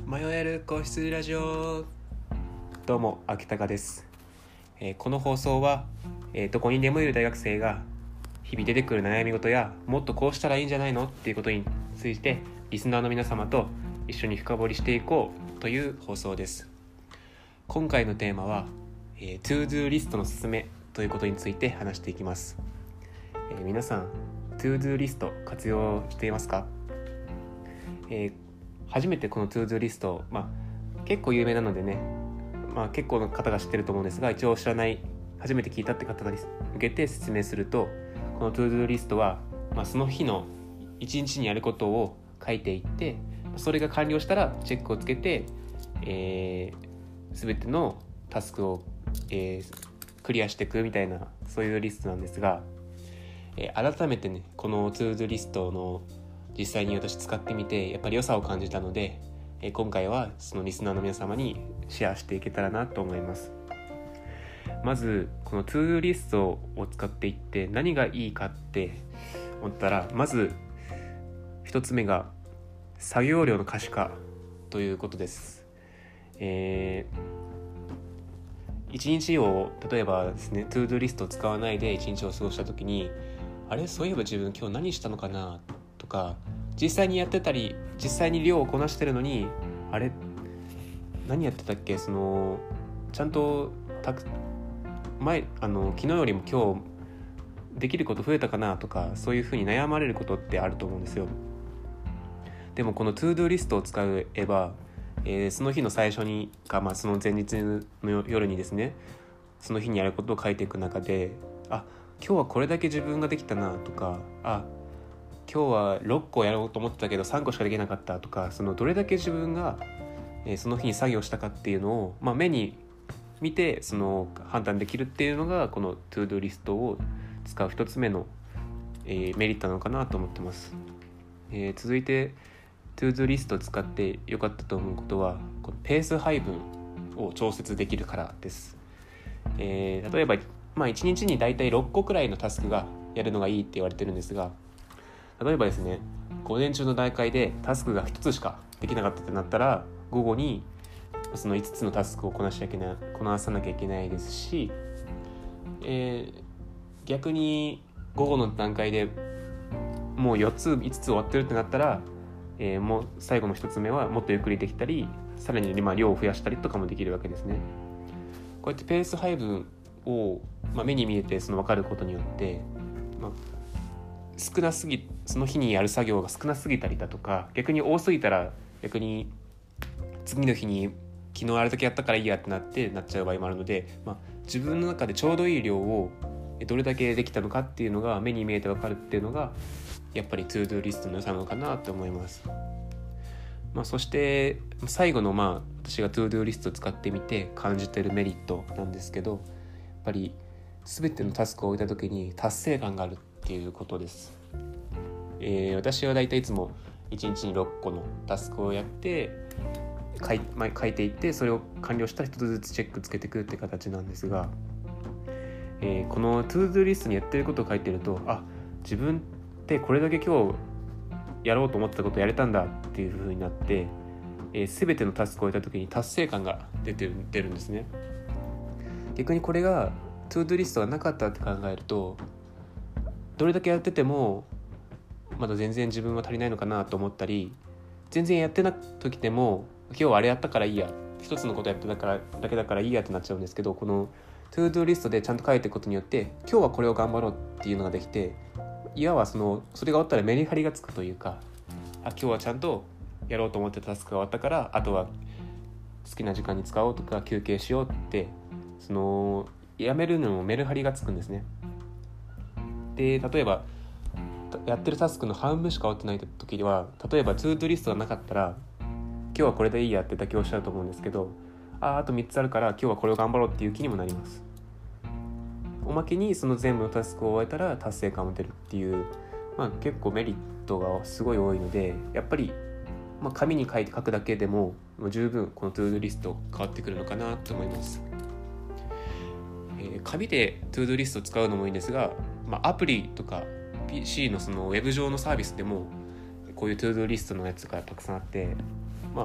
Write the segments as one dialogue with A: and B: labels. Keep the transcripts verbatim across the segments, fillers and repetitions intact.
A: 迷える個室ラジオ。どうも秋高です、えー、この放送は、えー、どこにでもいる大学生が日々出てくる悩み事やもっとこうしたらいいんじゃないのっていうことについてリスナーの皆様と一緒に深掘りしていこうという放送です。今回のテーマは、えー、トゥードゥーリストのすすめということについて話していきます。えー、皆さんトゥードゥーリスト活用していますか？えー、初めてこのトゥードゥーリスト、まあ、結構有名なのでね、まあ、結構の方が知ってると思うんですが、一応知らない初めて聞いたって方に向けて説明すると、このトゥードゥーリストは、まあ、その日の一日にやることを書いていって、それが完了したらチェックをつけて、えー、全てのタスクを、えー、クリアしていくみたいな、そういうリストなんですが、えー、改めてねこのトゥードゥーリストの実際に私使ってみてやっぱり良さを感じたので、えー、今回はそのリスナーの皆様にシェアしていけたらなと思います。まずこのトゥードゥーリストを使っていって何がいいかって思ったら、まず一つ目が作業量の可視化ということです。えー、一日を例えばですね、トゥードゥーリストを使わないで一日を過ごした時に、あれそういえば自分今日何したのかなとか、実際にやってたり実際に量をこなしてるのに、あれ何やってたっけ、そのちゃんとたく前あの昨日よりも今日できること増えたかなとか、そういうふうに悩まれることってあると思うんですよ。でもこのトゥードゥーリストを使えば、えー、その日の最初にか、まあ、その前日の夜にですね、その日にやることを書いていく中で、あ今日はこれだけ自分ができたなとか、あ今日はろっこやろうと思ってたけどさんこしかできなかったとか、そのどれだけ自分が、えー、その日に作業したかっていうのを、まあ、目に見てその判断できるっていうのがこのトゥードゥーリストを使う一つ目の、えー、メリットなのかなと思ってます。えー、続いてトゥードゥーリストを使って良かったと思うことは、このペース配分を調節できるからです。えー、例えば、まあ、いちにちにだいたいろっこくらいのタスクがやるのがいいって言われてるんですが、例えばですね、午前中の段階でタスクがひとつしかできなかったってなったら、午後にそのいつつのタスクをこなしなきゃいけない、こなさなきゃいけないですし、えー、逆に午後の段階でもうよっついつつ終わってるってなったら、えー、もう最後のひとつめはもっとゆっくりできたり、さらにまあ量を増やしたりとかもできるわけですね。こうやってペース配分を、まあ、目に見えてその分かることによって、まあ、少なすぎその日にやる作業が少なすぎたりだとか、逆に多すぎたら逆に次の日に昨日あれだけやったからいいやってなってなっちゃう場合もあるので、まあ、自分の中でちょうどいい量をどれだけできたのかっていうのが目に見えて分かるっていうのがやっぱりトゥードゥーリストの良さなのかなと思います。まあ、そして最後の、まあ私がトゥードゥーリストを使ってみて感じているメリットなんですけど、やっぱり全てのタスクを終えた時に達成感があるっていうことです。えー、私はだいたいいつもいちにちにろっこのタスクをやって書い、まあ、書いていって、それを完了したら一つずつチェックつけていくって形なんですが、えー、このトゥードゥーリストにやってることを書いてると、あ自分ってこれだけ今日やろうと思ったことをやれたんだっていう風になって、えー、全てのタスクを終えた時に達成感が出てる、出るんですね。逆にこれがトゥードゥーリストがなかったって考えると、どれだけやっててもまだ全然自分は足りないのかなと思ったり、全然やってなく時でも今日はあれやったからいいや、一つのことやってたからだけだからいいやってなっちゃうんですけど、このトゥードゥーリストでちゃんと書いていくことによって今日はこれを頑張ろうっていうのができて、いわばそのそれが終わったらメリハリがつくというか、あ今日はちゃんとやろうと思ってたタスクが終わったから、あとは好きな時間に使おうとか休憩しようって、そのやめるのもメリハリがつくんですね。で例えばやってるタスクの半分しか終わってない時には、例えばトゥードゥーリストがなかったら今日はこれでいいやって妥協しちゃうと思うんですけど、ああとみっつあるから今日はこれを頑張ろうっていう気にもなります。おまけにその全部のタスクを終えたら達成感も出るっていう、まあ、結構メリットがすごい多いので、やっぱり、まあ、紙に書いて書くだけでももう十分このトゥードゥーリスト変わってくるのかなと思います。えー、紙でトゥードゥーリストを使うのもいいんですが、まあ、アプリとか ピーシー のそのウェブ上のサービスでもこういうトゥードゥーリストのやつがたくさんあって、まあ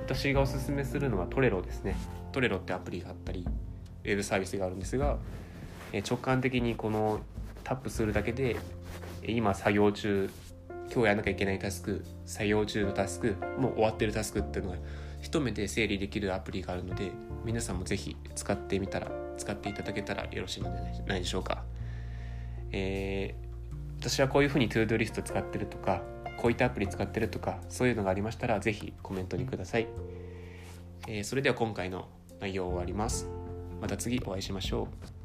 A: 私がおすすめするのはトレロですね。トレロってアプリがあったりウェブサービスがあるんですが、え直感的にこのタップするだけで今作業中、今日やらなきゃいけないタスク、作業中のタスク、もう終わってるタスクっていうのが一目で整理できるアプリがあるので、皆さんもぜひ使ってみたら使っていただけたらよろしいのではないでしょうか。えー、私はこういうふうにトゥードゥリスト使ってるとか、こういったアプリ使ってるとか、そういうのがありましたらぜひコメントにください。えー、それでは今回の内容を終わります。また次お会いしましょう。